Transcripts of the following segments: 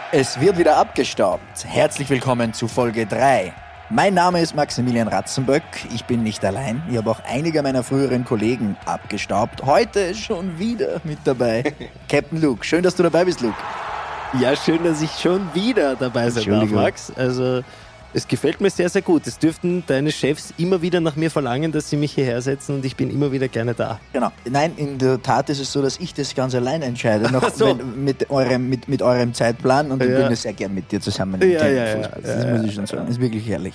Es wird wieder abgestaubt. Herzlich willkommen zu Folge 3. Mein Name ist Maximilian Ratzenböck. Ich bin nicht allein. Ich habe auch einige meiner früheren Kollegen abgestaubt. Heute schon wieder mit dabei Captain Luke. Schön, dass du dabei bist, Luke. Ja, schön, dass ich schon wieder dabei sein darf, Max. Also, es gefällt mir sehr, sehr gut. Es dürften deine Chefs immer wieder nach mir verlangen, dass sie mich hierher setzen und ich bin immer wieder gerne da. Genau. Nein, in der Tat ist es so, dass ich das ganz allein entscheide, noch so. mit eurem Zeitplan, und ich bin sehr gern mit dir zusammen im Fußball. Das muss ich schon sagen. Das ist wirklich herrlich.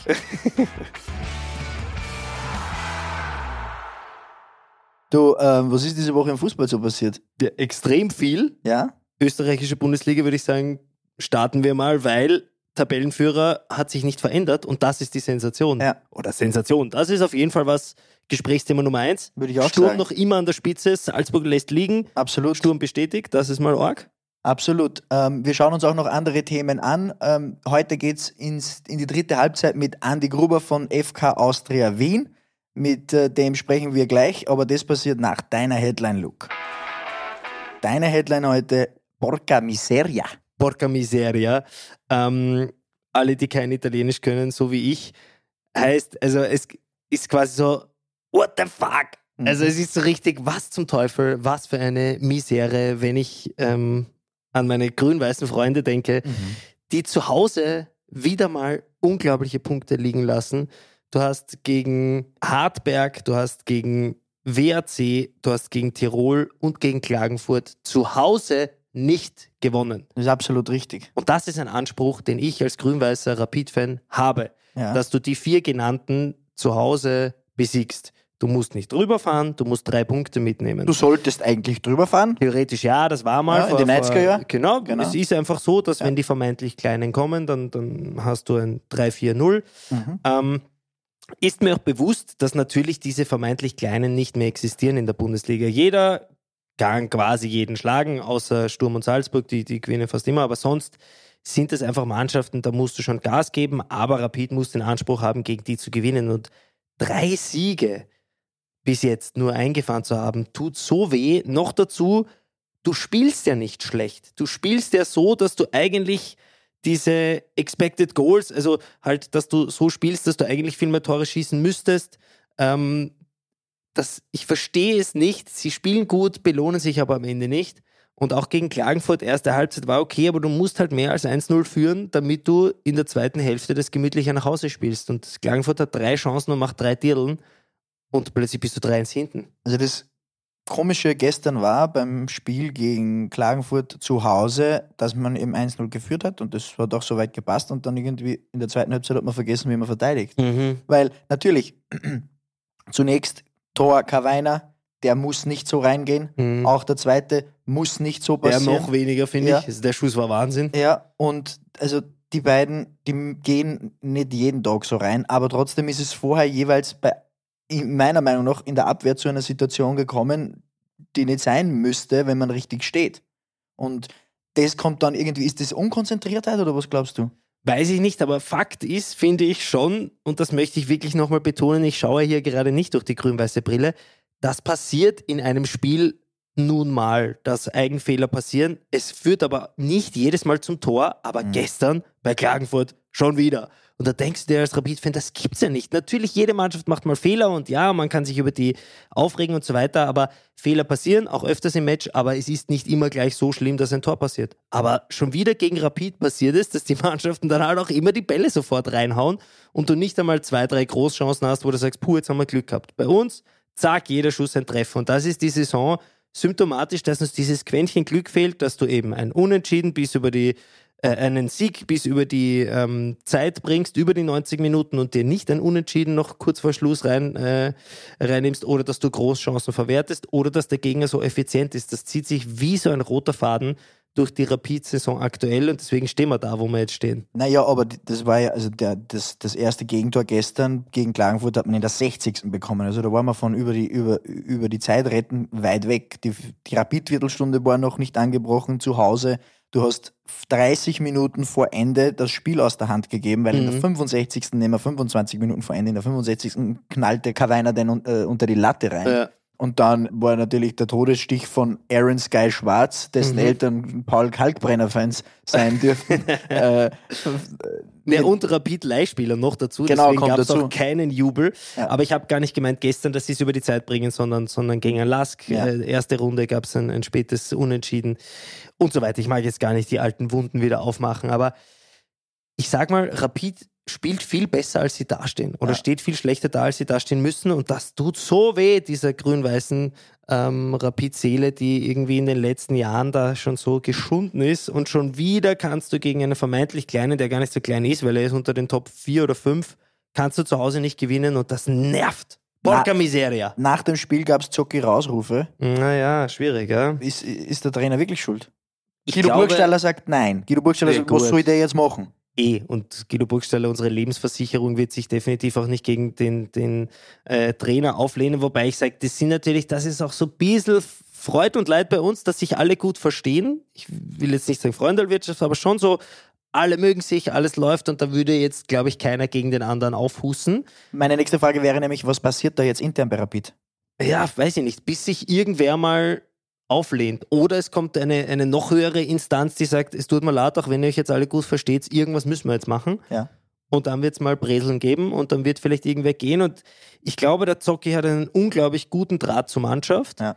Du, was ist diese Woche im Fußball so passiert? Ja, extrem viel. Ja? Österreichische Bundesliga, würde ich sagen, starten wir mal, weil Tabellenführer hat sich nicht verändert und das ist die Sensation. Ja. Oder Sensation. Das ist auf jeden Fall was, Gesprächsthema Nummer 1. Würde ich auch Sturm sagen. noch immer an der Spitze, Salzburg lässt liegen. Absolut. Sturm bestätigt, das ist mal arg. Absolut. Wir schauen uns auch noch andere Themen an. Heute geht's in die dritte Halbzeit mit Andi Gruber von FK Austria Wien. Mit dem sprechen wir gleich, aber das passiert nach deiner Headline, Luke. Deine Headline heute, Porca Miseria. Porca Miseria. Alle, die kein Italienisch können, so wie ich, heißt, also es ist quasi so, what the fuck? Also es ist so richtig, was zum Teufel, was für eine Misere, wenn ich an meine grün-weißen Freunde denke, die zu Hause wieder mal unglaubliche Punkte liegen lassen. Du hast gegen Hartberg, du hast gegen WAC, du hast gegen Tirol und gegen Klagenfurt zu Hause nicht gewonnen. Das ist absolut richtig. Und das ist ein Anspruch, den ich als grün-weißer Rapid-Fan habe, dass du die 4 genannten zu Hause besiegst. Du musst nicht drüber fahren, du musst 3 Punkte mitnehmen. Du solltest eigentlich drüber fahren. Theoretisch ja, das war mal. Ja, in den 90er Jahren. Genau, es ist einfach so, dass wenn die vermeintlich Kleinen kommen, dann hast du ein 3-4-0. Ist mir auch bewusst, dass natürlich diese vermeintlich Kleinen nicht mehr existieren in der Bundesliga. Jeder kann quasi jeden schlagen, außer Sturm und Salzburg, die gewinnen fast immer, aber sonst sind es einfach Mannschaften, da musst du schon Gas geben, aber Rapid muss den Anspruch haben, gegen die zu gewinnen, und 3 Siege bis jetzt nur eingefahren zu haben, tut so weh. Noch dazu, du spielst ja nicht schlecht. Du spielst ja so, dass du eigentlich diese Expected Goals, also halt, dass du so spielst, dass du eigentlich viel mehr Tore schießen müsstest. Ich verstehe es nicht. Sie spielen gut, belohnen sich aber am Ende nicht. Und auch gegen Klagenfurt, erste Halbzeit war okay, aber du musst halt mehr als 1-0 führen, damit du in der zweiten Hälfte das gemütlicher nach Hause spielst. Und Klagenfurt hat 3 Chancen und macht 3 Dirlen und plötzlich bist du 3-1 hinten. Also das Komische gestern war beim Spiel gegen Klagenfurt zu Hause, dass man eben 1-0 geführt hat, und das hat auch so weit gepasst, und dann irgendwie in der zweiten Halbzeit hat man vergessen, wie man verteidigt. Weil natürlich zunächst Tor Kawainer, der muss nicht so reingehen. Auch der zweite muss nicht so passieren. Der noch weniger, finde ich. Also der Schuss war Wahnsinn. Ja, und also die beiden, die gehen nicht jeden Tag so rein, aber trotzdem ist es vorher jeweils meiner Meinung nach in der Abwehr zu einer Situation gekommen, die nicht sein müsste, wenn man richtig steht. Und das kommt dann irgendwie, ist das Unkonzentriertheit oder was glaubst du? Weiß ich nicht, aber Fakt ist, finde ich schon, und das möchte ich wirklich nochmal betonen, ich schaue hier gerade nicht durch die grün-weiße Brille, das passiert in einem Spiel nun mal, dass Eigenfehler passieren. Es führt aber nicht jedes Mal zum Tor, aber gestern bei Klagenfurt schon wieder. Und da denkst du dir als Rapid-Fan, das gibt's ja nicht. Natürlich, jede Mannschaft macht mal Fehler und ja, man kann sich über die aufregen und so weiter, aber Fehler passieren, auch öfters im Match, aber es ist nicht immer gleich so schlimm, dass ein Tor passiert. Aber schon wieder gegen Rapid passiert es, dass die Mannschaften dann halt auch immer die Bälle sofort reinhauen und du nicht einmal 2, 3 Großchancen hast, wo du sagst, jetzt haben wir Glück gehabt. Bei uns, zack, jeder Schuss ein Treffer. Und das ist die Saison symptomatisch, dass uns dieses Quäntchen Glück fehlt, dass du eben ein Unentschieden einen Sieg bis über die Zeit bringst, über die 90 Minuten, und dir nicht ein Unentschieden noch kurz vor Schluss reinnimmst, oder dass du Großchancen verwertest oder dass der Gegner so effizient ist. Das zieht sich wie so ein roter Faden durch die Rapid-Saison aktuell, und deswegen stehen wir da, wo wir jetzt stehen. Naja, aber das war ja, also das erste Gegentor gestern gegen Klagenfurt hat man in der 60. bekommen. Also da waren wir von über die Zeit retten weit weg. Die Rapid-Viertelstunde war noch nicht angebrochen zu Hause. Du hast 30 Minuten vor Ende das Spiel aus der Hand gegeben, weil in der 65. nehmen wir 25 Minuten vor Ende, in der 65. knallte Kawainer den unter die Latte rein. Ja. Und dann war natürlich der Todesstich von Aaron Sky Schwarz, dessen Eltern Paul Kalkbrenner-Fans sein dürfen. Und Rapid-Leihspieler noch dazu, genau, deswegen gab es dazu auch keinen Jubel. Ja. Aber ich habe gar nicht gemeint gestern, dass sie es über die Zeit bringen, sondern gegen ein Lask. Ja. Erste Runde gab es ein spätes Unentschieden und so weiter. Ich mag jetzt gar nicht die alten Wunden wieder aufmachen, aber ich sag mal, Rapid spielt viel besser, als sie dastehen. Oder steht viel schlechter da, als sie dastehen müssen. Und das tut so weh, dieser grün-weißen Rapid-Seele, die irgendwie in den letzten Jahren da schon so geschunden ist. Und schon wieder kannst du gegen einen vermeintlich Kleinen, der gar nicht so klein ist, weil er ist unter den Top 4 oder 5, kannst du zu Hause nicht gewinnen. Und das nervt. Porca Miseria. Nach dem Spiel gab es Zocki-Rausrufe. Naja, schwierig, ja. Ist der Trainer wirklich schuld? Guido Burgstaller sagt nein. Guido Burgstaller sagt, was soll der jetzt machen? Und Guido Burgstaller, unsere Lebensversicherung, wird sich definitiv auch nicht gegen den Trainer auflehnen, wobei ich sage, das ist auch so ein bisschen Freud und Leid bei uns, dass sich alle gut verstehen. Ich will jetzt nicht sagen Freundelwirtschaft, aber schon so, alle mögen sich, alles läuft und da würde jetzt, glaube ich, keiner gegen den anderen aufhusten. Meine nächste Frage wäre nämlich, was passiert da jetzt intern bei Rapid? Ja, weiß ich nicht, bis sich irgendwer mal auflehnt. Oder es kommt eine noch höhere Instanz, die sagt, es tut mir leid, auch wenn ihr euch jetzt alle gut versteht, irgendwas müssen wir jetzt machen. Ja. Und dann wird es mal Breseln geben und dann wird vielleicht irgendwer gehen. Und ich glaube, der Zocki hat einen unglaublich guten Draht zur Mannschaft. Ja.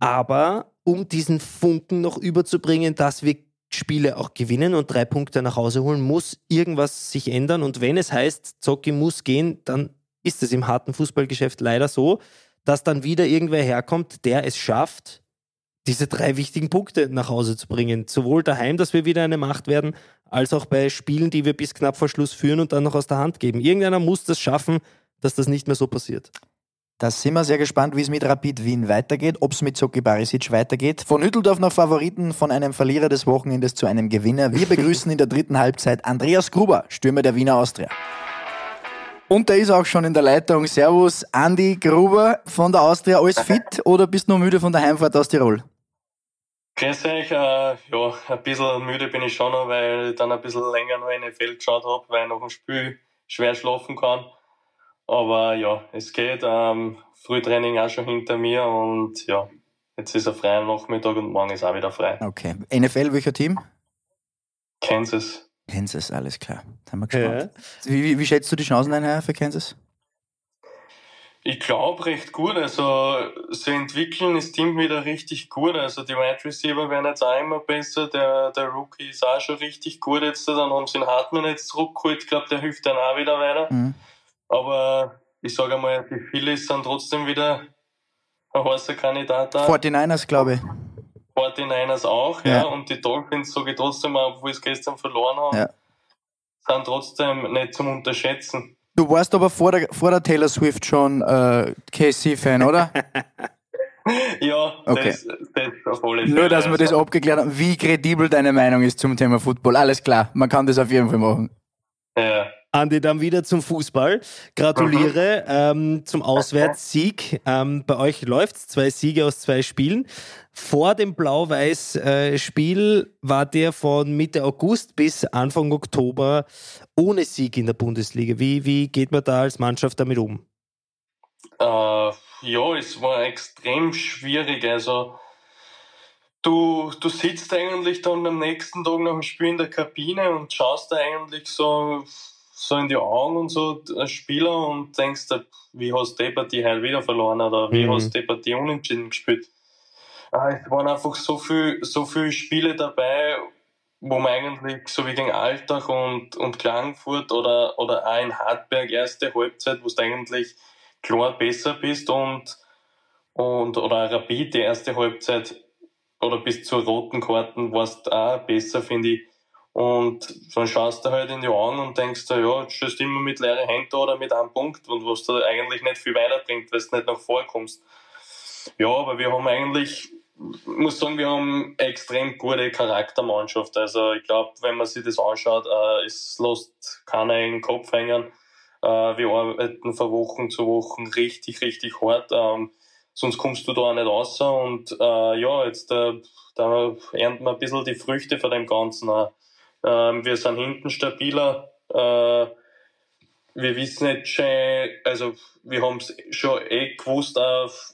Aber um diesen Funken noch überzubringen, dass wir Spiele auch gewinnen und 3 Punkte nach Hause holen, muss irgendwas sich ändern. Und wenn es heißt, Zocki muss gehen, dann ist es im harten Fußballgeschäft leider so, dass dann wieder irgendwer herkommt, der es schafft, diese 3 wichtigen Punkte nach Hause zu bringen. Sowohl daheim, dass wir wieder eine Macht werden, als auch bei Spielen, die wir bis knapp vor Schluss führen und dann noch aus der Hand geben. Irgendeiner muss das schaffen, dass das nicht mehr so passiert. Da sind wir sehr gespannt, wie es mit Rapid Wien weitergeht, ob es mit Zocki Barisic weitergeht. Von Hütteldorf nach Favoriten, von einem Verlierer des Wochenendes zu einem Gewinner. Wir begrüßen in der 3. Halbzeit Andreas Gruber, Stürmer der Wiener Austria. Und der ist auch schon in der Leitung. Servus, Andi Gruber von der Austria. Alles fit oder bist du noch müde von der Heimfahrt aus Tirol? Grüß euch, ein bisschen müde bin ich schon noch, weil ich dann ein bisschen länger noch in den Feld geschaut habe, weil ich nach dem Spiel schwer schlafen kann. Aber ja, es geht. Frühtraining auch schon hinter mir und ja, jetzt ist ein freier Nachmittag und morgen ist auch wieder frei. Okay. NFL, welcher Team? Kansas. Kansas, alles klar. Da haben wir gespannt. Ja. Wie schätzt du die Chancen ein für Kansas? Ich glaube recht gut, also sie entwickeln das Team wieder richtig gut, also die Wide Receiver werden jetzt auch immer besser, der Rookie ist auch schon richtig gut jetzt, dann haben sie den Hartmann jetzt zurückgeholt, ich glaube, der hilft dann auch wieder weiter, aber ich sage einmal, die Phillies sind trotzdem wieder ein heißer Kandidat da. 49ers, glaube ich. 49ers auch, ja, und die Dolphins, sage ich trotzdem, obwohl sie gestern verloren haben, sind trotzdem nicht zum Unterschätzen. Du warst aber vor der Taylor Swift schon KC-Fan, oder? Ja, okay. Das auf alle Fälle. Nur, dass wir das abgeklärt haben, wie kredibel deine Meinung ist zum Thema Football. Alles klar, man kann das auf jeden Fall machen. Ja. Andi, dann wieder zum Fußball. Gratuliere zum Auswärtssieg. Bei euch läuft es 2 Siege aus 2 Spielen. Vor dem Blau-Weiß-Spiel war der von Mitte August bis Anfang Oktober ohne Sieg in der Bundesliga. Wie geht man da als Mannschaft damit um? Ja, es war extrem schwierig. Also du sitzt eigentlich dann am nächsten Tag nach dem Spiel in der Kabine und schaust da eigentlich so in die Augen und so als Spieler und denkst, wie hast du die Partie heute wieder verloren oder wie hast du die Partie unentschieden gespielt? Es waren einfach so viele Spiele dabei, wo man eigentlich so wie gegen Altach und Klagenfurt oder auch in Hartberg erste Halbzeit, wo du eigentlich klar besser bist und oder Rapid die erste Halbzeit oder bis zur roten Karten warst auch besser, finde ich. Und dann schaust du halt in die Augen und denkst du, ja, du stehst immer mit leeren Händen oder mit einem Punkt und was da eigentlich nicht viel weiterbringt, weil du nicht nach vorne kommst. Ja, aber wir haben eigentlich, ich muss sagen, wir haben extrem gute Charaktermannschaft. Also ich glaube, wenn man sich das anschaut, es lässt keiner in den Kopf hängen. Wir arbeiten von Wochen zu Wochen richtig, richtig hart. Sonst kommst du da auch nicht raus. Und jetzt da ernten wir ein bisschen die Früchte von dem Ganzen. Wir sind hinten stabiler. Wir wissen jetzt schon, also wir haben es schon gewusst,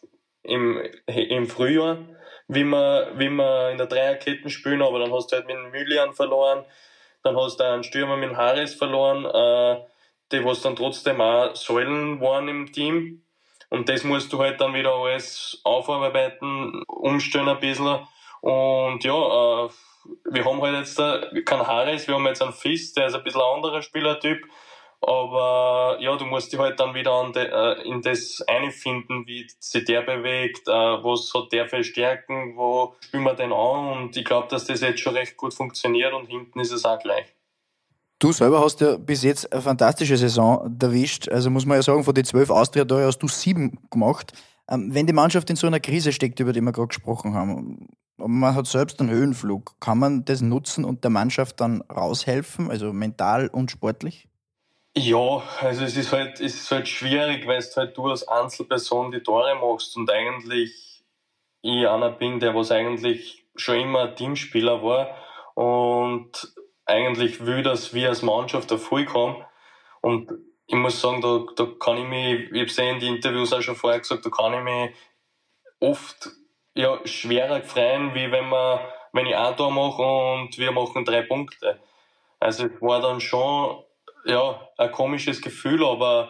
im Frühjahr, wie wir in der Dreierkette spielen, aber dann hast du halt mit dem Mülian verloren, dann hast du einen Stürmer mit dem Harris verloren, die was dann trotzdem auch Säulen waren im Team. Und das musst du halt dann wieder alles aufarbeiten, umstellen ein bisschen. Und ja, wir haben halt jetzt keinen Harris, wir haben jetzt einen Fist, der ist ein bisschen ein anderer Spielertyp. Aber ja, du musst dich halt dann wieder in das einfinden, wie sich der bewegt, was hat der für Stärken, wo spielen wir den an. Und ich glaube, dass das jetzt schon recht gut funktioniert und hinten ist es auch gleich. Du selber hast ja bis jetzt eine fantastische Saison erwischt. Also muss man ja sagen, von den 12 Austria-Tore hast du 7 gemacht. Wenn die Mannschaft in so einer Krise steckt, über die wir gerade gesprochen haben, und man hat selbst einen Höhenflug, kann man das nutzen und der Mannschaft dann raushelfen, also mental und sportlich? Ja, also es ist halt schwierig, weil du als Einzelperson die Tore machst und eigentlich ich einer bin, der was eigentlich schon immer ein Teamspieler war und eigentlich will, dass wir als Mannschaft Erfolg haben. Und ich muss sagen, da kann ich mich, ich habe es in den Interviews auch schon vorher gesagt, da kann ich mich oft schwerer freuen, wie wenn ich ein Tor mache und wir machen 3 Punkte. Also es war dann schon ein komisches Gefühl, aber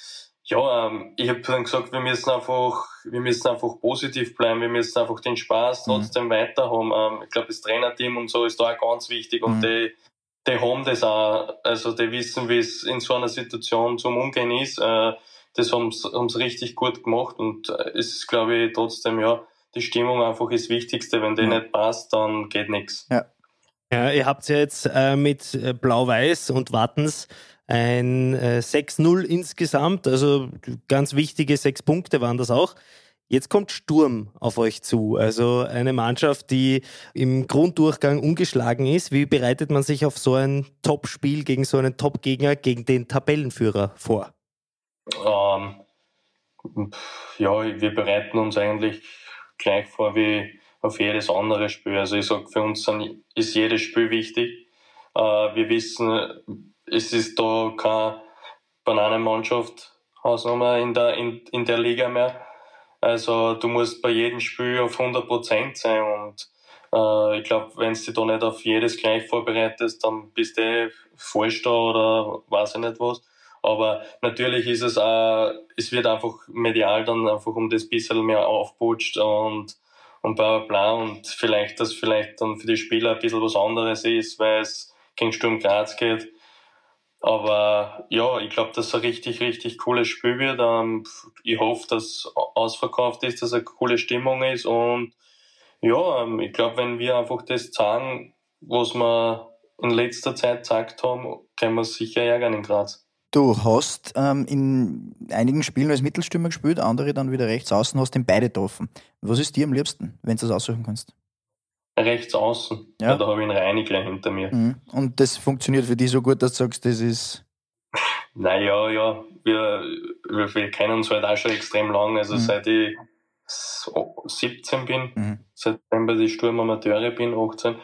ich habe dann gesagt, wir müssen einfach positiv bleiben, wir müssen einfach den Spaß trotzdem weiter haben. Ich glaube, das Trainerteam und so ist da auch ganz wichtig und die haben das auch, also die wissen, wie es in so einer Situation zum Umgehen ist. Das haben sie richtig gut gemacht und es ist, glaube ich, trotzdem, die Stimmung einfach ist das Wichtigste. Wenn die nicht passt, dann geht nichts. Ja. Ja, ihr habt ja jetzt mit Blau-Weiß und Wattens ein 6-0 insgesamt, also ganz wichtige 6 Punkte waren das auch. Jetzt kommt Sturm auf euch zu, also eine Mannschaft, die im Grunddurchgang ungeschlagen ist. Wie bereitet man sich auf so ein Top-Spiel gegen so einen Top-Gegner, gegen den Tabellenführer vor? Wir bereiten uns eigentlich gleich vor wie auf jedes andere Spiel. Also ich sage, für uns ist jedes Spiel wichtig. Wir wissen, es ist da keine Bananenmannschaft Hausnummer in der Liga mehr. Also du musst bei jedem Spiel auf 100% sein und ich glaube, wenn du dich da nicht auf jedes gleich vorbereitest, dann bist du falsch da oder weiß ich nicht was. Aber natürlich ist es wird einfach medial dann einfach um das bisschen mehr aufputscht und bla bla bla und vielleicht dann für die Spieler ein bisschen was anderes ist, weil es gegen Sturm Graz geht. Aber ja, ich glaube, dass es ein richtig, richtig cooles Spiel wird. Ich hoffe, dass es ausverkauft ist, dass eine coole Stimmung ist und ich glaube, wenn wir einfach das zeigen, was wir in letzter Zeit gezeigt haben, können wir es sicher ärgern in Graz. Du hast in einigen Spielen als Mittelstürmer gespielt, andere dann wieder rechts außen, hast den beide getroffen. Was ist dir am liebsten, wenn du das aussuchen kannst? Rechts außen, ja. Da habe ich einen Reinigler hinter mir. Und das funktioniert für dich so gut, dass du sagst, das ist... Naja, wir kennen uns halt auch schon extrem lang, also seit ich 17 bin, seitdem ich Sturmamateure bin, 18.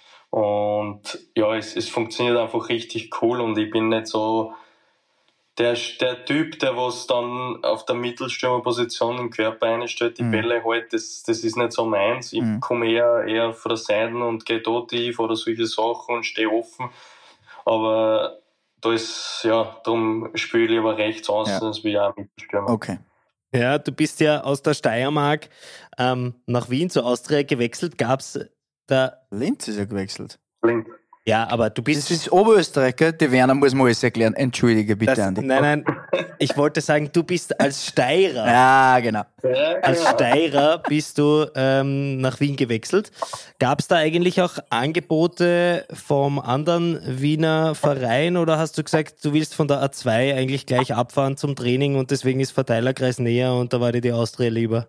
Und ja, es funktioniert einfach richtig cool und ich bin nicht so der Typ, der was dann auf der Mittelstürmerposition den Körper einstellt, die Bälle halt, das ist nicht so meins. Ich komme eher von der Seite und gehe da tief oder solche Sachen und stehe offen. Aber da ist, darum spiele ich lieber rechts außen als wie auch Mittelstürmer. Okay. Ja, du bist ja aus der Steiermark nach Wien zur Austria gewechselt. Gab's da... Linz ist ja gewechselt. Linz. Ja, aber du bist... Das ist Oberösterreich, gell? Die Werner muss man alles erklären. Entschuldige bitte, Andi. Nein, ich wollte sagen, du bist als Steirer. Ja, genau. Als Steirer bist du nach Wien gewechselt. Gab es da eigentlich auch Angebote vom anderen Wiener Verein oder hast du gesagt, du willst von der A2 eigentlich gleich abfahren zum Training und deswegen ist Verteilerkreis näher und da war dir die Austria lieber?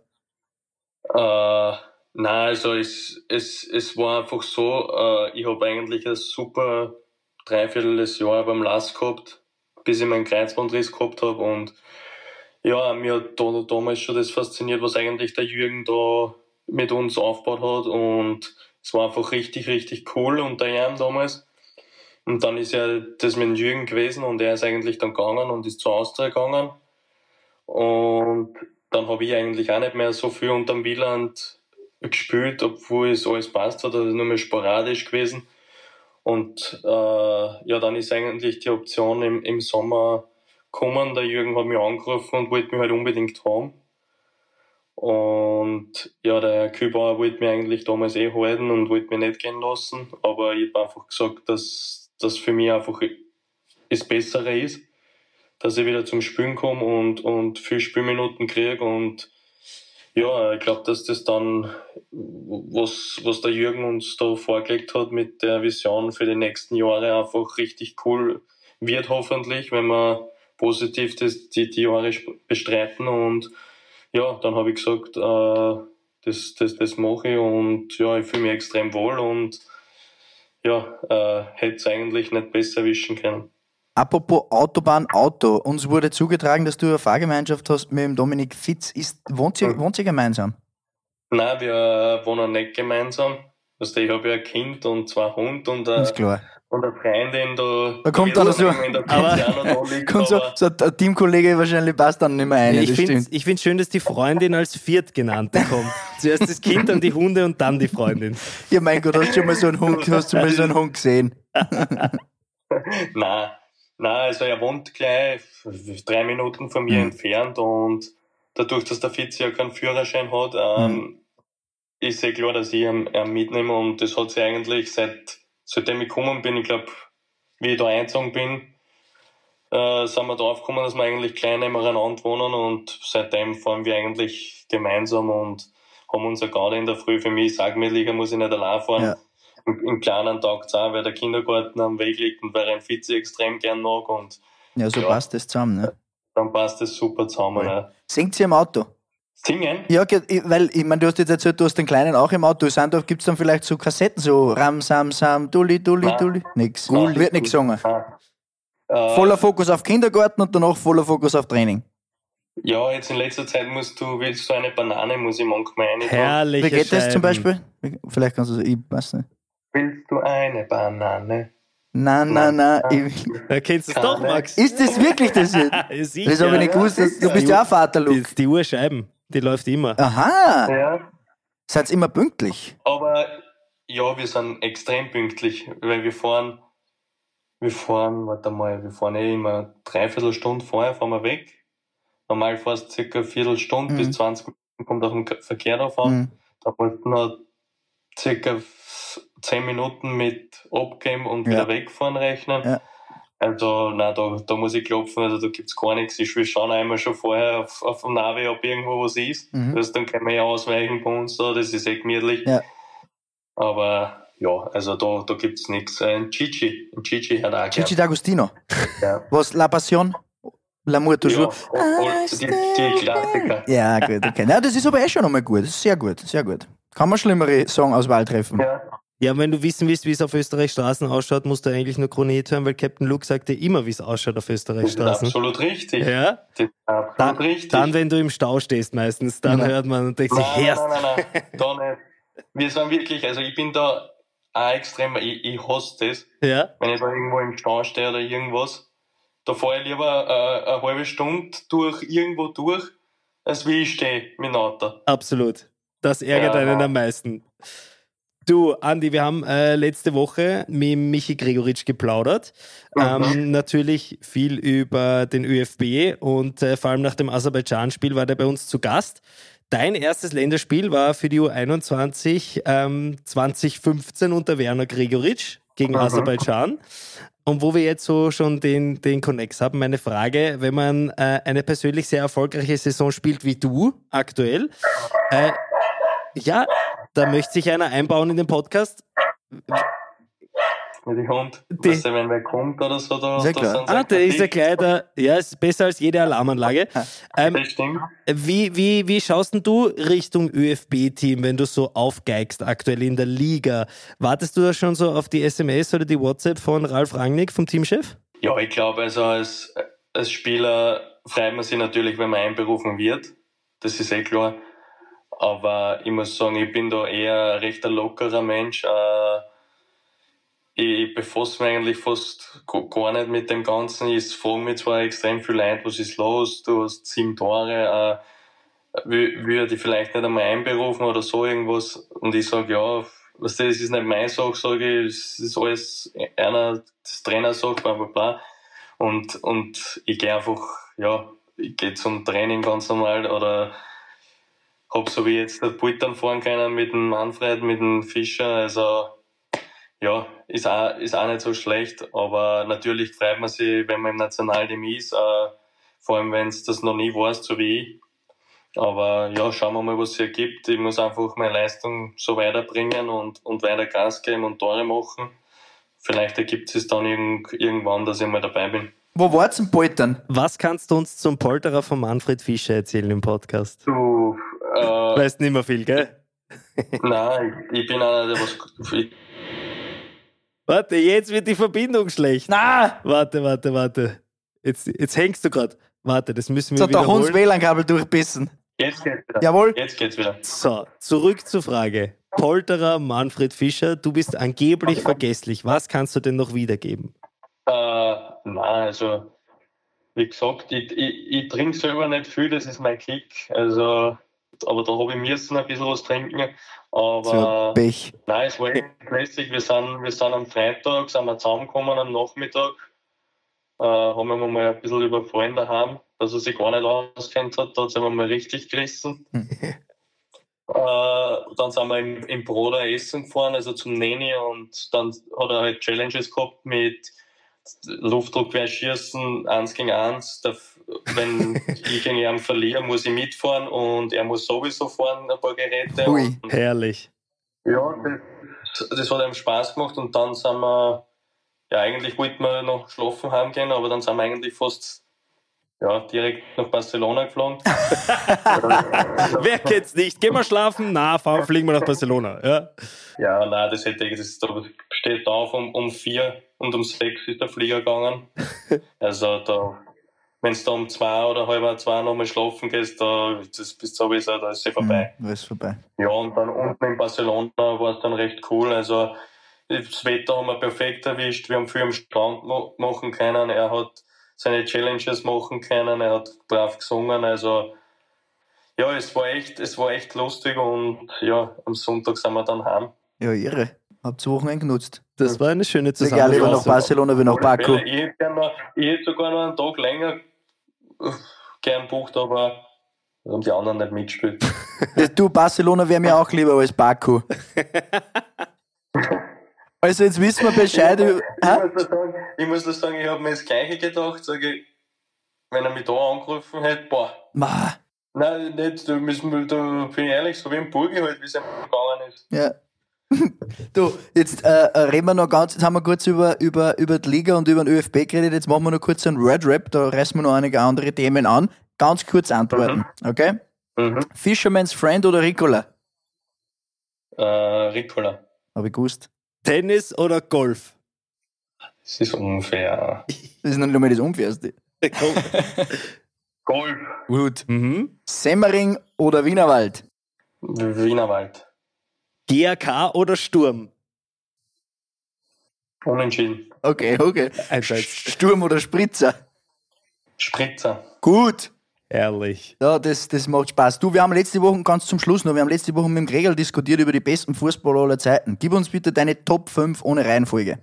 Nein, also es war einfach so, ich habe eigentlich ein super dreiviertel Jahr beim LASK gehabt, bis ich meinen Kreuzbandriss gehabt habe und ja, mir hat damals schon das fasziniert, was eigentlich der Jürgen da mit uns aufgebaut hat und es war einfach richtig, richtig cool unter ihm damals. Und dann ist ja das mit dem Jürgen gewesen und er ist eigentlich dann gegangen und ist zur Austria gegangen und dann habe ich eigentlich auch nicht mehr so viel unterm Wieland gespielt, obwohl es alles passt hat, also nur mehr sporadisch gewesen. Und dann ist eigentlich die Option im Sommer gekommen. Der Jürgen hat mich angerufen und wollte mich halt unbedingt haben. Und ja, der Kübauer wollte mich eigentlich damals halten und wollte mich nicht gehen lassen. Aber ich habe einfach gesagt, dass das für mich einfach das Bessere ist, dass ich wieder zum Spielen komme und viel Spielminuten kriege. Und ja, ich glaube, dass das dann, was der Jürgen uns da vorgelegt hat mit der Vision für die nächsten Jahre, einfach richtig cool wird, hoffentlich, wenn wir positiv die Jahre bestreiten. Und ja, dann habe ich gesagt, das mache ich und ja, ich fühle mich extrem wohl und ja, hätte es eigentlich nicht besser erwischen können. Apropos Autobahn, Auto. Uns wurde zugetragen, dass du eine Fahrgemeinschaft hast mit dem Dominik Fitz. Wohnt ihr gemeinsam? Nein, wir wohnen nicht gemeinsam. Also ich habe ja ein Kind und 2 Hunde und Ist klar. und eine Freundin, Da kommt dann so, aber so ein Teamkollege wahrscheinlich passt dann nicht mehr ein. Ich finde es schön, dass die Freundin als Viertgenannte kommt. Zuerst das Kind, dann die Hunde und dann die Freundin. Ja, mein Gott, hast du mal so einen Hund gesehen? Nein, also er wohnt gleich 3 Minuten von mir entfernt und dadurch, dass der Fitz ja keinen Führerschein hat, ist ja klar, dass ich ihn mitnehme und das hat sich eigentlich seitdem ich gekommen bin, ich glaube, wie ich da eingezogen bin, sind wir drauf gekommen, dass wir eigentlich klein nebeneinander wohnen und seitdem fahren wir eigentlich gemeinsam und haben unser Gaudi in der Früh. Für mich, sag mir, Liga muss ich nicht allein fahren. Ja. Im kleinen Tag auch, weil der Kindergarten am Weg liegt und weil er ein Fitzi extrem gern mag und Ja, so passt das zusammen, ne? dann passt das super zusammen. Ja. Singt sie im Auto? Singen? Ja, weil, ich meine, du hast jetzt erzählt, du hast den Kleinen auch im Auto. Gibt es dann vielleicht so Kassetten, so Ram, Sam, Sam, Dulli, Dulli, Nein. Dulli? Nix. Nein. Wird nicht gesungen. Voller Voller Fokus auf Kindergarten und danach voller Fokus auf Training. Ja, jetzt in letzter Zeit willst du eine Banane, muss ich manchmal rein. Herrliche Wie geht das Scheiben. zum Beispiel? Vielleicht kannst du so, ich weiß nicht. Willst du eine Banane? Na. Kennst du es doch, Max? Ist das wirklich das jetzt? Ja, sicher. Das habe ich nicht gewusst. Du bist ja auch Vater, Luke. Die Uhrscheiben, die läuft immer. Aha. Ja. Seid immer pünktlich? Aber ja, wir sind extrem pünktlich, weil wir fahren immer 3/4 Stunde vorher fahren wir weg. Normal fährst du circa 1/4 Stunde bis 20 Minuten, kommt auch ein Verkehr drauf an. Da musst du noch circa 10 Minuten mit abgeben und wieder wegfahren rechnen. Ja. Also, nein, da muss ich klopfen, also da gibt's gar nichts. Wir schauen einmal schon vorher auf dem Navi, ob irgendwo was ist. Also, dann können wir ja ausweichen bei uns da, das ist eh gemütlich. Ja. Aber ja, also da gibt's nichts. Ein Gigi hat auch Gigi D'Agostino. Ja. Was? La Passion? L'amour toujours? Die Klassiker. Ja, gut, okay. Ja, das ist aber schon einmal gut. Das ist sehr gut, sehr gut. Kann man schlimmere Songauswahl treffen. Ja. Ja, wenn du wissen willst, wie es auf Österreichs Straßen ausschaut, musst du eigentlich nur Chronit hören, weil Captain Luke sagt dir immer, wie es ausschaut auf Österreichs Das ist Straßen. absolut richtig. Ja? Das ist absolut richtig. Dann, wenn du im Stau stehst meistens, dann hört man und denkt sich, Nein, da nicht. Wir sind wirklich, also ich bin da auch extrem, ich hasse das, Ja? wenn ich da irgendwo im Stau stehe oder irgendwas. Da fahre ich lieber eine halbe Stunde irgendwo durch, als wie ich stehe mit dem Auto. Absolut. Das ärgert einen am meisten. Du, Andi, wir haben letzte Woche mit Michi Gregoritsch geplaudert. Natürlich viel über den ÖFB und vor allem nach dem Aserbaidschan-Spiel war der bei uns zu Gast. Dein erstes Länderspiel war für die U21 2015 unter Werner Gregoritsch gegen Aserbaidschan. Und wo wir jetzt so schon den Connex haben, meine Frage, wenn man eine persönlich sehr erfolgreiche Saison spielt wie du aktuell, da möchte sich einer einbauen in den Podcast. Mit dem Hund. Weißt du, wenn wer kommt oder so, da Sehr klar. sind Der ist ja gleich ist besser als jede Alarmanlage. Das stimmt. Wie schaust denn du Richtung ÖFB-Team, wenn du so aufgeigst aktuell in der Liga? Wartest du da schon so auf die SMS oder die WhatsApp von Ralf Rangnick, vom Teamchef? Ja, ich glaube, also als Spieler freut man sich natürlich, wenn man einberufen wird. Das ist eh klar. Aber ich muss sagen, ich bin da eher ein recht lockerer Mensch. Ich befasse mich eigentlich fast gar nicht mit dem Ganzen. Ich frage mich zwar extrem viel Leute, was ist los? Du hast 7 Tore. würde ich vielleicht nicht einmal einberufen oder so irgendwas. Und ich sage, ja, was das ist nicht meine Sache, sage ich, es ist alles einer des Trainers sagt, bla bla bla. Und ich gehe einfach, ja, ich gehe zum Training ganz normal oder habe so wie jetzt der Pultern fahren können mit dem Manfred, mit dem Fischer, also ja, ist auch nicht so schlecht, aber natürlich freut man sich, wenn man im Nationalteam ist, vor allem wenn es das noch nie weißt, so wie ich. Aber ja, schauen wir mal, was es hier gibt. Ich muss einfach meine Leistung so weiterbringen und weiter Gas geben und Tore machen. Vielleicht ergibt es dann irgendwann, dass ich mal dabei bin. Wo war's im Poltern? Was kannst du uns zum Polterer von Manfred Fischer erzählen im Podcast? Du, Weißt nicht mehr viel, gell? Nein, ich bin einer, der was... Warte, jetzt wird die Verbindung schlecht. Na! Warte. Jetzt hängst du gerade. Warte, das müssen wir Jetzt hat der Hund wiederholen. das WLAN-Kabel durchbissen. Jetzt geht's wieder. Jawohl. Jetzt geht's wieder. So, zurück zur Frage. Polterer Manfred Fischer, du bist angeblich vergesslich. Was kannst du denn noch wiedergeben? Nein, also wie gesagt, ich trinke selber nicht viel, das ist mein Kick. Also, aber da habe ich müssen ein bisschen was trinken. So Aber Pech. nein, es war echt lässig. Wir sind am Freitag zusammengekommen am Nachmittag. Haben wir mal ein bisschen überfallen daheim, dass er sich gar nicht auskennt hat. Da sind wir mal richtig gerissen. Dann sind wir im Broder essen gefahren, also zum Neni, und dann hat er halt Challenges gehabt mit Luftdruckquerschießen 1 gegen 1. Wenn ich gegen ihn verliere, muss ich mitfahren und er muss sowieso fahren, ein paar Geräte. Ui. Und, Herrlich. ja, das hat einem Spaß gemacht und dann sind wir, ja, eigentlich wollten wir noch schlafen heimgehen, aber dann sind wir eigentlich fast direkt nach Barcelona geflogen. Wer kennt's nicht? Gehen wir schlafen? Na, fliegen wir nach Barcelona. Ja. Ja, nein, das steht auf um 4 und um 6 ist der Flieger gegangen. Also wenn du da um 2 oder halb 2 nochmal schlafen gehst, da ist sowieso, da ist vorbei. Da ist vorbei. Ja, und dann unten in Barcelona war es dann recht cool. Also das Wetter haben wir perfekt erwischt. Wir haben viel am Strand machen können. Er hat seine Challenges machen können. Er hat brav gesungen. Also ja, es war echt lustig und ja, am Sonntag sind wir dann heim. Ja, irre. Habt ihr Wochenende genutzt. Das war eine schöne Sehr geil, lieber nach Zusammenfassung. Barcelona wie nach Baku. Ich hätte sogar noch einen Tag länger gern bucht, aber haben die anderen nicht mitgespielt. Du, Barcelona wäre mir auch lieber als Baku. Also jetzt wissen wir Bescheid. Ich muss nur sagen, ich habe mir das Gleiche gedacht, sage ich, wenn er mich da angerufen hätte, boah. Ma. Nein, nicht, da bin ich ehrlich, so wie im Burgi halt, wie es ihm gegangen ist. Ja. Du, jetzt reden wir noch ganz, jetzt haben wir kurz über die Liga und über den ÖFB geredet, jetzt machen wir noch kurz einen Word-Rap, da reißen wir noch einige andere Themen an. Ganz kurz antworten, okay? Fisherman's Friend oder Ricola? Ricola. Hab ich gewusst. Tennis oder Golf? Das ist unfair. Das ist noch nicht einmal das Unfairste. Golf. Gut. Mhm. Semmering oder Wienerwald? Wienerwald. GAK oder Sturm? Unentschieden. Okay. Einsatz. Sturm oder Spritzer? Spritzer. Gut. Ehrlich. Ja, das macht Spaß. Du, wir haben letzte Woche, ganz zum Schluss noch, wir haben letzte Woche mit dem Gregor diskutiert über die besten Fußballer aller Zeiten. Gib uns bitte deine Top 5 ohne Reihenfolge.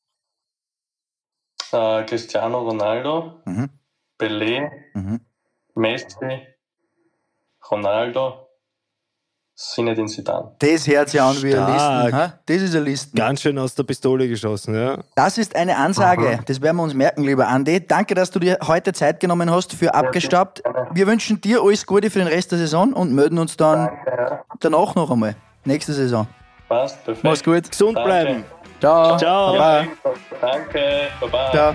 Cristiano Ronaldo, Pelé, Messi, Ronaldo, Zinedine Zidane. Das hört sich an wie eine Stark. Liste. Ha? Das ist eine Liste. Ganz schön aus der Pistole geschossen, ja. Das ist eine Ansage. Das werden wir uns merken, lieber Andi. Danke, dass du dir heute Zeit genommen hast für Abgestaubt. Wir wünschen dir alles Gute für den Rest der Saison und melden uns dann danach noch einmal. Nächste Saison. Passt, perfekt. Mach's gut. Gesund Danke. bleiben. Ciao. Ciao. Baba. Danke, baba. Ciao.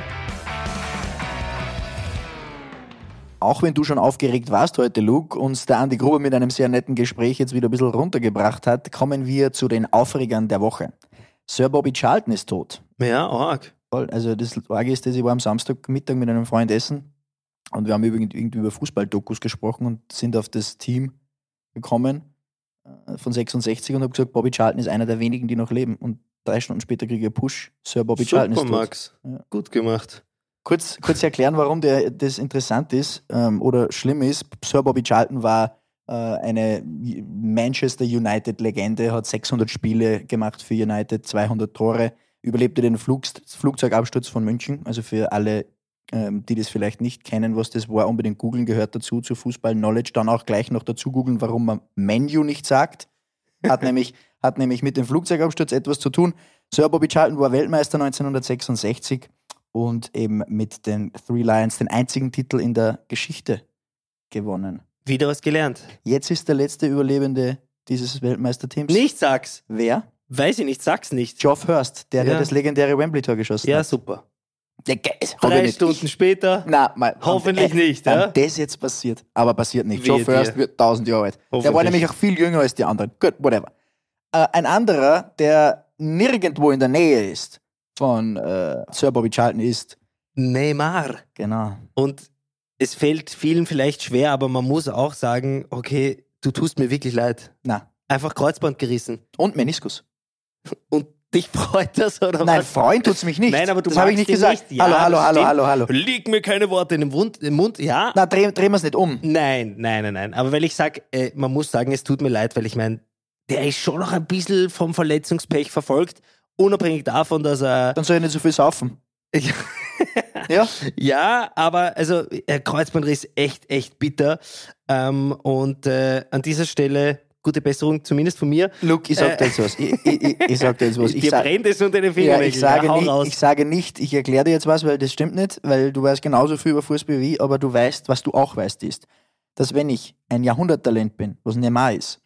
Auch wenn du schon aufgeregt warst heute, Luke, uns der Andi Gruber mit einem sehr netten Gespräch jetzt wieder ein bisschen runtergebracht hat, kommen wir zu den Aufregern der Woche. Sir Bobby Charlton ist tot. Ja, arg. Also das Arge ist, dass ich war am Samstagmittag mit einem Freund essen und wir haben irgendwie über Fußball-Dokus gesprochen und sind auf das Team gekommen von 66 und habe gesagt, Bobby Charlton ist einer der wenigen, die noch leben. Und 3 Stunden später kriege ich einen Push, Sir Bobby Charlton ist tot. Max. Ja. Gut gemacht. Kurz erklären, warum das interessant ist oder schlimm ist. Sir Bobby Charlton war eine Manchester United-Legende, hat 600 Spiele gemacht für United, 200 Tore, überlebte den Flugzeugabsturz von München. Also für alle, die das vielleicht nicht kennen, was das war, unbedingt googeln, gehört dazu, zu Fußball-Knowledge. Dann auch gleich noch dazu googeln, warum man Menu nicht sagt. Hat nämlich mit dem Flugzeugabsturz etwas zu tun. Sir Bobby Charlton war Weltmeister 1966 und eben mit den Three Lions den einzigen Titel in der Geschichte gewonnen. Wieder was gelernt. Jetzt ist der letzte Überlebende dieses Weltmeisterteams. Nicht sag's. Wer? Weiß ich nicht, sag's nicht. Geoff Hurst, der das legendäre Wembley-Tor geschossen Ja, hat. super. Ja, geil. 3 Stunden später. Hoffentlich nicht. Wenn das jetzt passiert, aber passiert nicht. Geoff Hurst wird 1000 Jahre alt. Der war nämlich auch viel jünger als die anderen. Gut, whatever. Ein anderer, der nirgendwo in der Nähe ist von Sir Bobby Charlton ist Neymar. Genau. Und es fällt vielen vielleicht schwer, aber man muss auch sagen, okay, du tust mir wirklich leid. Na. Einfach Kreuzband gerissen. Und Meniskus. Und dich freut das, oder Nein, was? freuen tut's mich nicht. Nein, aber du das habe ich nicht gesagt. Nicht. Ja, Hallo. Leg mir keine Worte in den Mund. Ja. Na, drehen wir es nicht um. Nein. Aber weil ich sage, man muss sagen, es tut mir leid, weil ich meine, der ist schon noch ein bisschen vom Verletzungspech verfolgt, unabhängig davon, dass er... Dann soll er nicht so viel saufen. Ja? Ja, aber also Kreuzbandriss echt bitter. Und an dieser Stelle gute Besserung, zumindest von mir. Luke, ich sag dir jetzt was. Ich sag dir jetzt was. Dir brennt es unter den Fingern. Ja, ich sage nicht, ich erkläre dir jetzt was, weil das stimmt nicht, weil du weißt genauso viel über Fußball wie ich, aber du weißt, was du auch weißt, ist, dass wenn ich ein Jahrhunderttalent bin, was Neymar ist,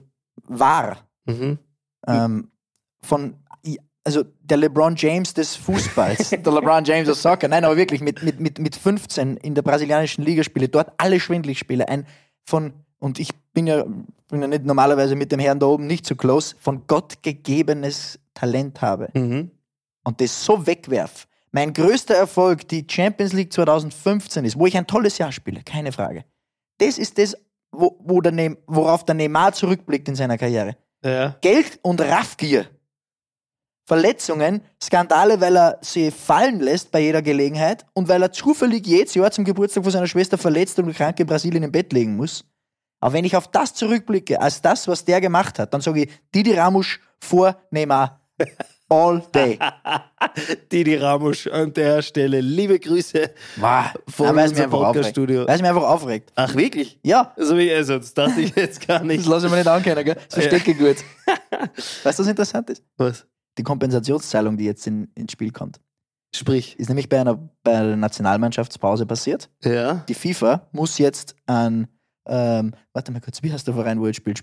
also der LeBron James des Fußballs, der LeBron James des Soccer, nein, aber wirklich mit 15 in der brasilianischen Liga spiele, dort alle schwindlig spiele, und ich bin ja nicht normalerweise mit dem Herrn da oben nicht so close, von Gott gegebenes Talent habe und das so wegwerf. Mein größter Erfolg, die Champions League 2015 ist, wo ich ein tolles Jahr spiele, keine Frage. Das ist das, worauf der Neymar zurückblickt in seiner Karriere. Ja. Geld und Raffgier. Verletzungen, Skandale, weil er sie fallen lässt bei jeder Gelegenheit und weil er zufällig jedes Jahr zum Geburtstag von seiner Schwester verletzt und krank in Brasilien im Bett liegen muss. Aber wenn ich auf das zurückblicke, als das, was der gemacht hat, dann sage ich Didi Ramos vor Neymar. All day. Didi Ramos an der Stelle. Liebe Grüße von unserem Podcast-Studio. Weil es mich einfach aufregt. Ach, wirklich? Ja. Also das dachte ich jetzt gar nicht. Das lasse ich mir nicht ankennen, gell? Das verstecke ich gut. Weißt du, was interessant ist? Was? Die Kompensationszahlung, die jetzt ins Spiel kommt. Sprich? Ist nämlich bei einer Nationalmannschaftspause passiert. Ja. Die FIFA muss jetzt an, warte mal kurz, wie heißt der Verein, wo jetzt spielt?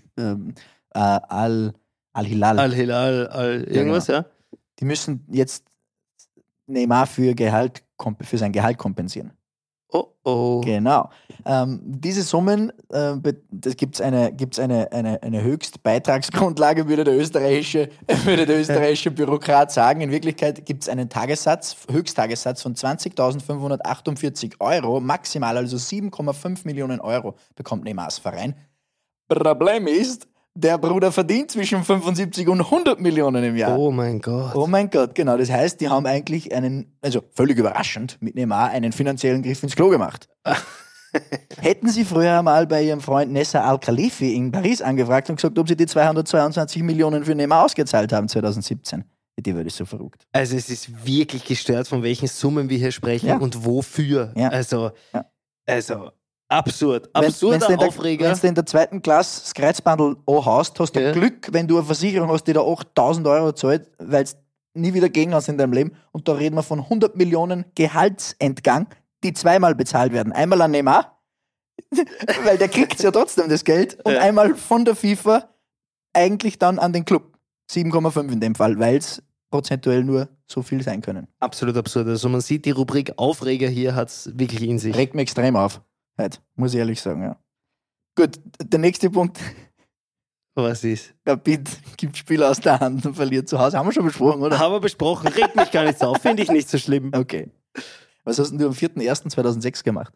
Al-Hilal. Al-Hilal, irgendwas, ja. Die müssen jetzt Neymar für sein Gehalt kompensieren. Oh. Genau. Diese Summen, das gibt's eine Höchstbeitragsgrundlage, würde der österreichische Bürokrat sagen. In Wirklichkeit gibt es einen Höchsttagessatz von 20.548 Euro, maximal also 7,5 Millionen Euro bekommt Neymars Verein. Problem ist, der Bruder verdient zwischen 75 und 100 Millionen im Jahr. Oh mein Gott. Oh mein Gott, genau. Das heißt, die haben eigentlich völlig überraschend mit Neymar einen finanziellen Griff ins Klo gemacht. Hätten sie früher mal bei ihrem Freund Nessa Al-Khalifi in Paris angefragt und gesagt, ob sie die 222 Millionen für Neymar ausgezahlt haben 2017. Die würde so verrückt. Also es ist wirklich gestört, von welchen Summen wir hier sprechen und wofür. Ja. Also absurder Aufreger. Wenn du in der 2. Klasse das Kreuzbandel anhaust, hast du Glück, wenn du eine Versicherung hast, die da 8.000 Euro zahlt, weil es nie wieder gegen hast in deinem Leben. Und da reden wir von 100 Millionen Gehaltsentgang, die zweimal bezahlt werden. Einmal an Neymar, weil der kriegt ja trotzdem das Geld, und einmal von der FIFA eigentlich dann an den Club. 7,5 in dem Fall, weil es prozentuell nur so viel sein können. Absolut absurd. Also man sieht, die Rubrik Aufreger hier hat es wirklich in sich. Regt mich extrem auf. Heute, muss ich ehrlich sagen, ja. Gut, der nächste Punkt. Was ist? Rapid gibt Spieler aus der Hand und verliert zu Hause. Haben wir schon besprochen, oder? Haben wir besprochen. Regt mich gar nicht so auf. Finde ich nicht so schlimm. Okay. Was hast denn du am 4.1.2006 gemacht?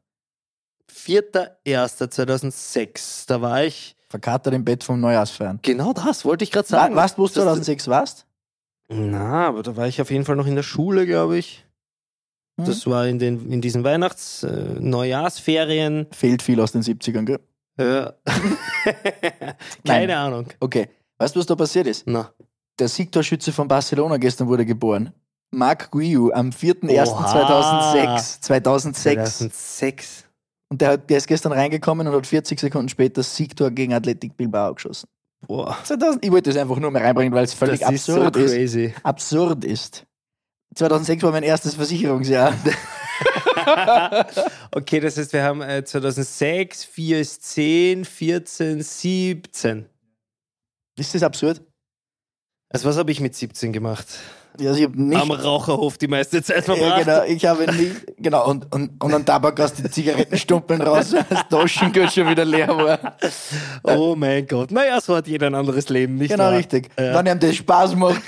4.1.2006. Da war ich... Verkatert im Bett vom Neujahrsfeiern. Genau das wollte ich gerade sagen. Warst du, wo du 2006 warst? Na, aber da war ich auf jeden Fall noch in der Schule, glaube ich. Das war in diesen Neujahrsferien. Fehlt viel aus den 70ern, gell? Ja. Keine Ahnung. Okay. Weißt du, was da passiert ist? Na. Der Siegtorschütze von Barcelona gestern wurde geboren. Marc Guiu am 4.1.2006. 2006. Und der ist gestern reingekommen und hat 40 Sekunden später das Siegtor gegen Athletic Bilbao geschossen. Boah. 2000, ich wollte das einfach nur mal reinbringen, weil es völlig Das ist so absurd ist. crazy. Absurd ist. 2006 war mein erstes Versicherungsjahr. Okay, das heißt, wir haben 2006, 4 ist 10, 14, 17. Ist das absurd? Also was habe ich mit 17 gemacht? Ja, also ich habe nicht. Am Raucherhof die meiste Zeit verbracht. Ja, genau, ich habe nicht. Genau, und dann Tabak aus den Zigarettenstumpeln raus, als das Taschengeld schon wieder leer war. Oh mein Gott. Naja, so hat jeder ein anderes Leben, nicht Genau, wahr? richtig. Ja. Wenn ihm das Spaß macht,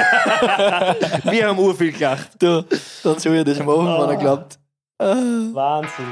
Wir haben urviel gelacht. dann soll er das machen, wenn er glaubt. Wahnsinn.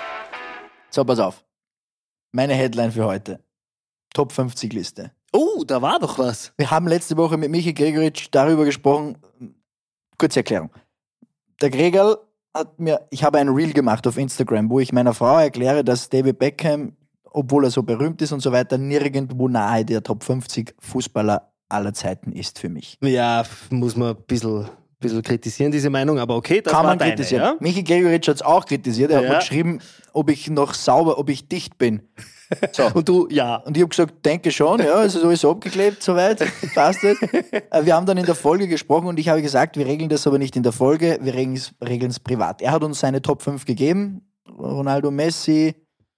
So, pass auf. Meine Headline für heute. Top 50 Liste. Oh, da war doch was. Wir haben letzte Woche mit Michi Gregoritsch darüber gesprochen. Kurze Erklärung. Der Gregerl ich habe ein Reel gemacht auf Instagram, wo ich meiner Frau erkläre, dass David Beckham, obwohl er so berühmt ist und so weiter, nirgendwo nahe der Top 50 Fußballer aller Zeiten ist für mich. Ja, muss man ein bisschen kritisieren, diese Meinung, aber okay, das Kann war man deine, kritisieren. ja? Michi Gregoritsch hat es auch kritisiert. Er hat Ja. mir geschrieben, ob ich noch sauber, ob ich dicht bin. So. Und du, ja. Und ich habe gesagt, denke schon, ja, es ist sowieso abgeklebt, soweit, passt das. Wir haben dann in der Folge gesprochen und ich habe gesagt, wir regeln das aber nicht in der Folge, wir regeln es privat. Er hat uns seine Top 5 gegeben, Ronaldo, Messi,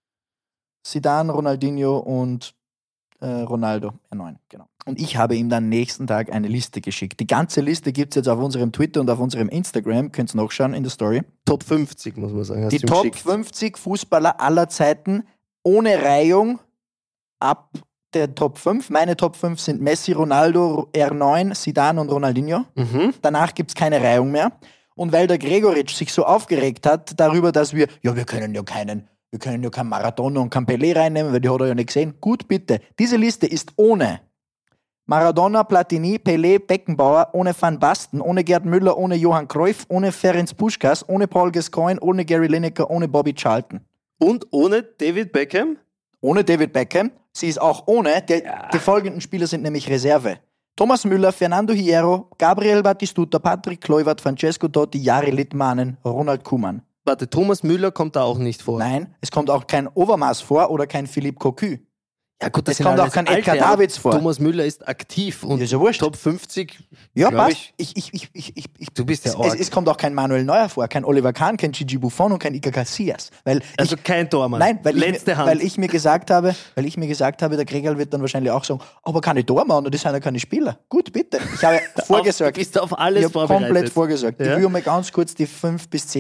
Zidane, Ronaldinho und Ronaldo, R9, genau. Und ich habe ihm dann nächsten Tag eine Liste geschickt. Die ganze Liste gibt es jetzt auf unserem Twitter und auf unserem Instagram, könnt ihr nachschauen in der Story. Top 50, muss man sagen. Hast Die du ihm Top geschickt. 50 Fußballer aller Zeiten ohne Reihung ab der Top 5. Meine Top 5 sind Messi, Ronaldo, R9, Zidane und Ronaldinho. Mhm. Danach gibt es keine Reihung mehr. Und weil der Gregoritsch sich so aufgeregt hat darüber, dass wir können ja keinen Maradona und keinen Pelé reinnehmen, weil die hat er ja nicht gesehen. Gut, bitte. Diese Liste ist ohne Maradona, Platini, Pelé, Beckenbauer, ohne Van Basten, ohne Gerd Müller, ohne Johann Cruyff, ohne Ferenc Puskás, ohne Paul Gascoigne, ohne Gary Lineker, ohne Bobby Charlton. Und ohne David Beckham? Ohne David Beckham. Sie ist auch ohne. Die folgenden Spieler sind nämlich Reserve. Thomas Müller, Fernando Hierro, Gabriel Batistuta, Patrick Kluivert, Francesco Totti, Jari Littmanen, Ronald Koeman. Warte, Thomas Müller kommt da auch nicht vor. Nein, es kommt auch kein Overmars vor oder kein Philippe Cocu. Ja gut, das Es sind kommt auch alles kein alte, Edgar aber Davids vor. Thomas Müller ist aktiv und Ja, ist ja wurscht. Top 50. Ja, glaub passt. ich- Du bist ja Es arg. kommt auch kein Manuel Neuer vor, kein Oliver Kahn, kein Gigi Buffon und kein Iker Casillas. Weil Also kein Tormann. Nein, Letzte Hand. weil ich mir gesagt habe, der Gregerl wird dann wahrscheinlich auch sagen, aber keine Tormann und das sind ja keine Spieler. Gut, bitte. Ich habe vorgesorgt. Du bist auf alles Ich habe vorbereitet. komplett vorgesorgt. Ja? Ich will mal ganz kurz die 5 bis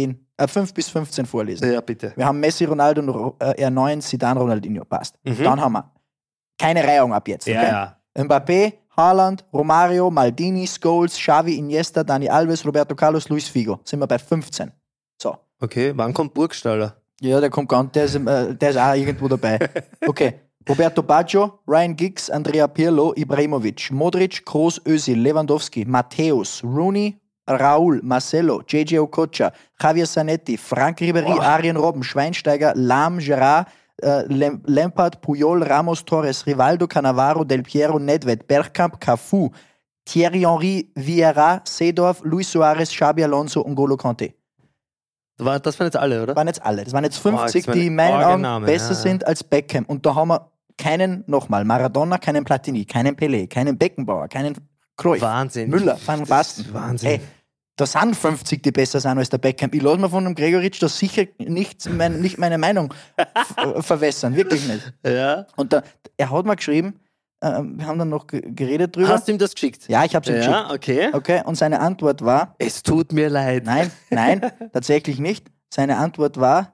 15 vorlesen. Ja, bitte. Wir haben Messi, Ronaldo, R9, Zidane, Ronaldinho. Passt. Dann haben wir keine Reihung ab jetzt. Mhm. Ja, Okay? ja. Mbappé, Haaland, Romario, Maldini, Scholes, Xavi, Iniesta, Dani Alves, Roberto Carlos, Luis Figo. Sind wir bei 15. So. Okay, wann kommt Burgstaller? Ja, der kommt der ist auch irgendwo dabei. Okay. Roberto Baggio, Ryan Giggs, Andrea Pirlo, Ibrahimovic, Modric, Kroos, Özil, Lewandowski, Matthäus, Rooney, Raul, Marcelo, JJ Okocha, Javier Zanetti, Frank Ribéry, Arjen Robben, Schweinsteiger, Lahm, Gerrard, Lampard, Puyol, Ramos, Torres, Rivaldo, Cannavaro, Del Piero, Nedved, Bergkamp, Cafu, Thierry Henry, Vieira, Seedorf, Luis Suarez, Xabi Alonso und N'Golo Kanté. Das waren jetzt alle, oder? Das waren jetzt alle. Das waren jetzt das 50, waren die in meinen arge Augen Namen, besser ja. sind als Beckham. Und da haben wir keinen, nochmal, Maradona, keinen Platini, keinen Pelé, keinen Beckenbauer, keinen Cruyff, Wahnsinn. Müller, Van Basten. Wahnsinn. Hey, da sind 50, die besser sind als der Beckham. Ich lasse mir von dem Gregoritsch da sicher nicht meine Meinung verwässern. Wirklich nicht. Ja. Und er hat mir geschrieben, wir haben dann noch geredet drüber. Hast du ihm das geschickt? Ja, ich habe es ihm geschickt. Ja, okay. Okay, und seine Antwort war, Es tut mir leid. nein, tatsächlich nicht. Seine Antwort war,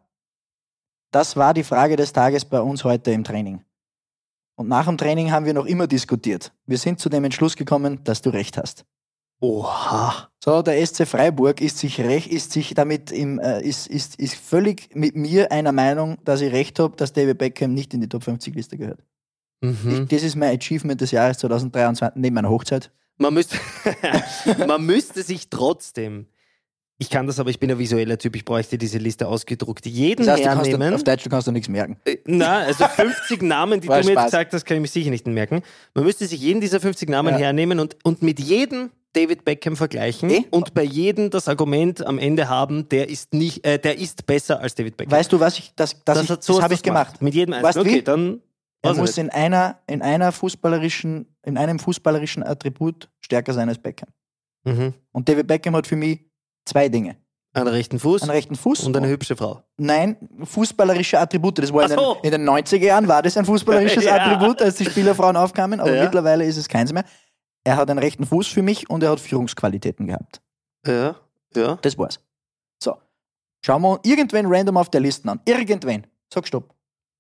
das war die Frage des Tages bei uns heute im Training. Und nach dem Training haben wir noch immer diskutiert. Wir sind zu dem Entschluss gekommen, dass du recht hast. Oha. So, der SC Freiburg ist völlig mit mir einer Meinung, dass ich recht habe, dass David Beckham nicht in die Top 50 Liste gehört. Mhm. Das ist mein Achievement des Jahres 2023, neben meiner Hochzeit. Man müsste sich trotzdem Ich kann das, aber ich bin ein visueller Typ, ich bräuchte diese Liste ausgedruckt. Jeden Das heißt, hernehmen. auf Deutsch kannst du nichts merken. Na, also 50 Namen, die du War mir jetzt Spaß. gesagt hast, kann ich mich sicher nicht merken. Man müsste sich jeden dieser 50 Namen hernehmen und mit jedem David Beckham vergleichen und bei jedem das Argument am Ende haben, der ist besser als David Beckham. Weißt du, was ich, das habe ich gemacht. Mit jedem Weißt Einzelnen. wie? Okay, dann. Er muss in einem fußballerischen Attribut stärker sein als Beckham. Mhm. Und David Beckham hat für mich 2 Dinge. Einen rechten Fuß Einen rechten Fuß und eine hübsche Frau. Nein, fußballerische Attribute. Das war Ach so. in den 90er Jahren war das ein fußballerisches Ja. Attribut, als die Spielerfrauen aufkamen, aber Ja. mittlerweile ist es keins mehr. Er hat einen rechten Fuß für mich und er hat Führungsqualitäten gehabt. Ja. Das war's. So. Schauen wir irgendwen random auf der Liste an. Irgendwen. Sag Stopp.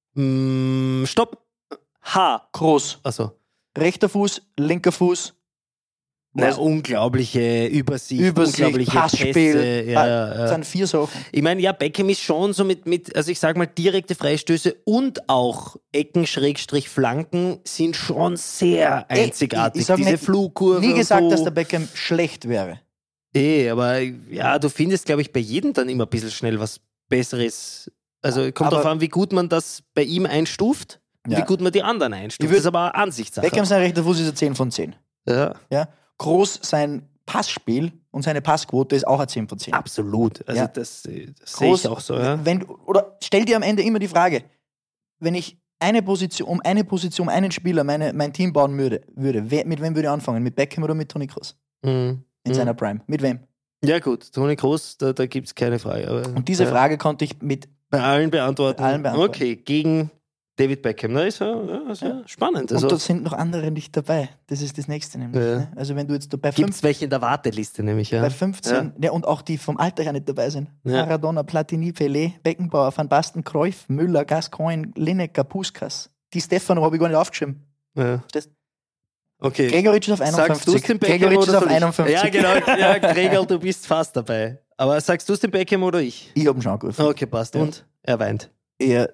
Stopp. H. Groß. Achso. Rechter Fuß, linker Fuß. Was? Unglaubliche Übersicht, Übersicht, unglaubliche Passspiel. Pässe. Das sind 4 Sachen. Ich meine, ja, Beckham ist schon so also ich sag mal, direkte Freistöße und auch Ecken, Schrägstrich, Flanken sind schon sehr einzigartig. ich sag Diese nicht- Flugkurve Nie und gesagt, so. dass der Beckham schlecht wäre. Aber ja, du findest, glaube ich, bei jedem dann immer ein bisschen schnell was Besseres. Also kommt Aber- darauf an, wie gut man das bei ihm einstuft, Ja. wie gut man die anderen einstuft. Ich würd- Das ist aber eine Ansichtssache. Beckham sein rechter Fuß ist ein 10 von 10. Ja, Ja? Groß sein Passspiel und seine Passquote ist auch ein 10 von 10. absolut. Also Ja. das sehe Groß, ich auch so. Ja. Oder stell dir am Ende immer die Frage, wenn ich um einen Spieler mein Team bauen würde, mit wem würde ich anfangen? Mit Beckham oder mit Toni Kroos? Mhm. In seiner Prime. Mit wem? Ja gut, Toni Kroos, da gibt es keine Frage. Aber, Und diese Frage konnte ich mit bei allen beantworten. Bei allen beantworten. Okay, gegen David Beckham. Na, ist ja spannend. und Also, da sind noch andere nicht dabei. Das ist das nächste nämlich. Ja. Ne? Also wenn du jetzt da bei gibt es welche in der Warteliste nämlich, ja? Bei 15, ja. Und auch die vom Alter her nicht dabei sind. Ja. Maradona, Platini, Pelé, Beckenbauer, Van Basten, Cruyff, Müller, Gascoigne, Lineker, Puskas. Die Stefano habe ich gar nicht aufgeschrieben. Ja. Das- Okay. Gregoritsch ist auf Sagst 51. du es dem Beckham Gregoritsch ist oder auf soll ich? 51. Ja, genau. Ja, Gregor, du bist fast dabei. Aber sagst du es dem Beckham oder ich? Ich habe ihn schon angerufen. Okay, passt. Ja. Und? Er weint. Er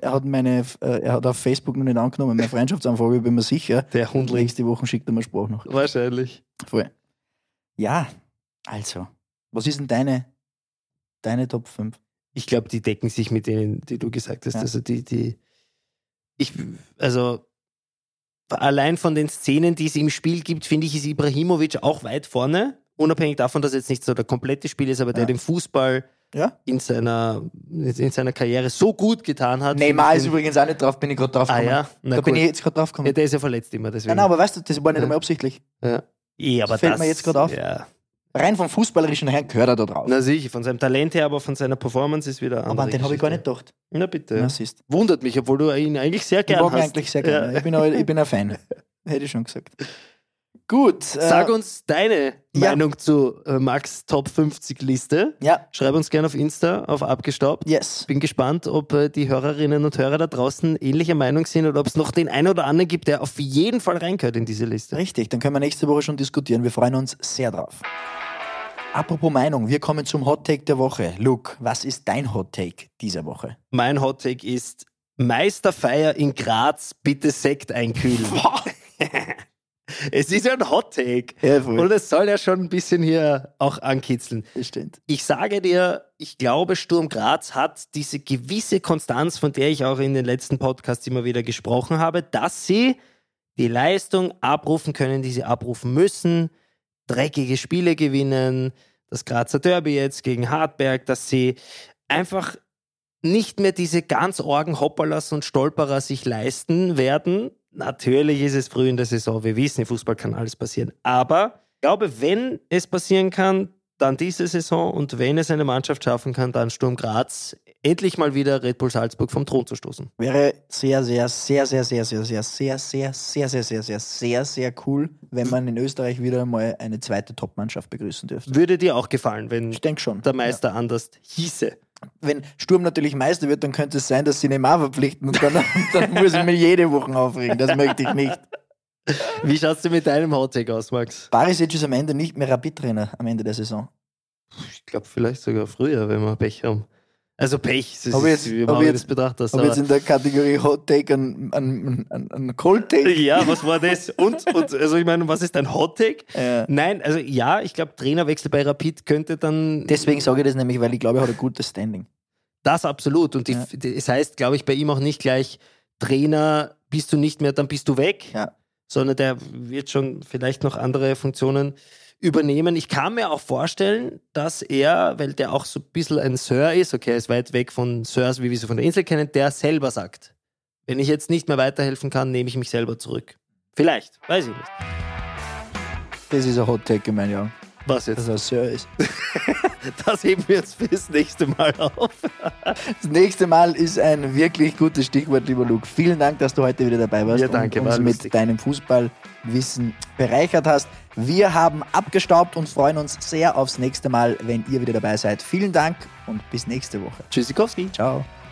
hat auf Facebook noch nicht angenommen, meine Freundschaftsanfrage, bin mir sicher. Der Hundling. Nächste Woche schickt er mir Spruch noch. Wahrscheinlich. Voll. Ja, also. Was ist denn deine Top 5? Ich glaube, die decken sich mit denen, die du gesagt hast. Ja. Also allein von den Szenen, die es im Spiel gibt, finde ich, ist Ibrahimovic auch weit vorne. Unabhängig davon, dass jetzt nicht so der komplette Spiel ist, aber der den Fußball Ja? in seiner Karriere so gut getan hat. Neymar ist übrigens auch nicht drauf, bin ich gerade drauf gekommen. ja? Na Da bin gut. ich jetzt gerade drauf gekommen. Ja, der ist ja verletzt immer, deswegen. Nein, aber weißt du, das war nicht Ja. einmal absichtlich. Ja, aber Das fällt mir jetzt gerade auf. Ja. Rein vom Fußballerischen her gehört er da drauf. Na sicher, von seinem Talent her, aber von seiner Performance ist wieder eine aber an andere den habe ich gar Geschichte. nicht gedacht. Na bitte. Na, siehst. Wundert mich, obwohl du ihn eigentlich sehr Ich gern mag ihn hast. eigentlich sehr gerne. Ja. Ich bin ein Fan. Hätte ich schon gesagt. Gut. Sag uns deine ja. Meinung zu Max Top 50 Liste. Ja, Schreib uns gerne auf Insta, auf Abgestaubt. yes. Bin gespannt, ob die Hörerinnen und Hörer da draußen ähnlicher Meinung sind oder ob es noch den einen oder anderen gibt, der auf jeden Fall reingehört in diese Liste. Richtig, dann können wir nächste Woche schon diskutieren. Wir freuen uns sehr drauf. Apropos Meinung, wir kommen zum Hot Take der Woche. Luke, was ist dein Hot Take dieser Woche? Mein Hot Take ist Meisterfeier in Graz, bitte Sekt einkühlen. Es ist ja ein Hot Take. Ja, voll. Und es soll ja schon ein bisschen hier auch ankitzeln. Das stimmt. Ich sage dir, ich glaube, Sturm Graz hat diese gewisse Konstanz, von der ich auch in den letzten Podcasts immer wieder gesprochen habe, dass sie die Leistung abrufen können, die sie abrufen müssen, dreckige Spiele gewinnen, das Grazer Derby jetzt gegen Hartberg, dass sie einfach nicht mehr diese ganz argen Hopperlers und Stolperer sich leisten werden. Natürlich ist es früh in der Saison, wir wissen, im Fußball kann alles passieren. Aber ich glaube, wenn es passieren kann, dann diese Saison und wenn es eine Mannschaft schaffen kann, dann Sturm Graz endlich mal wieder Red Bull Salzburg vom Thron zu stoßen. Wäre sehr, sehr, sehr, sehr, sehr, sehr, sehr, sehr, sehr, sehr, sehr, sehr, sehr, sehr, sehr cool, wenn man in Österreich wieder mal eine zweite Top-Mannschaft begrüßen dürfte. Würde dir auch gefallen, wenn Ich denke schon. der Meister anders hieße? Wenn Sturm natürlich Meister wird, dann könnte es sein, dass sie Neymar verpflichten und dann muss ich mich jede Woche aufregen. Das möchte ich nicht. Wie schaut es denn mit deinem Hottake aus, Max? Barisic ist am Ende nicht mehr Rapid-Trainer am Ende der Saison. Ich glaube vielleicht sogar früher, wenn wir Pech haben. Also Pech, das Ob ist, jetzt- wie ob man jetzt- das betrachtet. Aber jetzt in der Kategorie Hot Take ein Cold Take. Ja, was war das? Und also ich meine, was ist ein Hot Take? Ja. Nein, also ja, ich glaube, Trainerwechsel bei Rapid könnte dann Deswegen sage ich das nämlich, weil ich glaube, er hat ein gutes Standing. das absolut. Und es heißt, glaube ich, bei ihm auch nicht gleich Trainer, bist du nicht mehr, dann bist du weg. Ja. Sondern der wird schon vielleicht noch andere Funktionen übernehmen. Ich kann mir auch vorstellen, dass er, weil der auch so ein bisschen ein Sir ist, okay, er ist weit weg von Sirs, wie wir sie von der Insel kennen, der selber sagt, wenn ich jetzt nicht mehr weiterhelfen kann, nehme ich mich selber zurück. Vielleicht, weiß ich nicht. Das ist ein Hot Take in meinen Augen. Was Dass jetzt? er ein Sir ist. Das heben wir jetzt fürs nächste Mal auf. Das nächste Mal ist ein wirklich gutes Stichwort, lieber Luke. Vielen Dank, dass du heute wieder dabei warst Ja, danke, und war uns lustig. mit deinem Fußballwissen bereichert hast. Wir haben abgestaubt und freuen uns sehr aufs nächste Mal, wenn ihr wieder dabei seid. Vielen Dank und bis nächste Woche. Tschüssikowski. Ciao.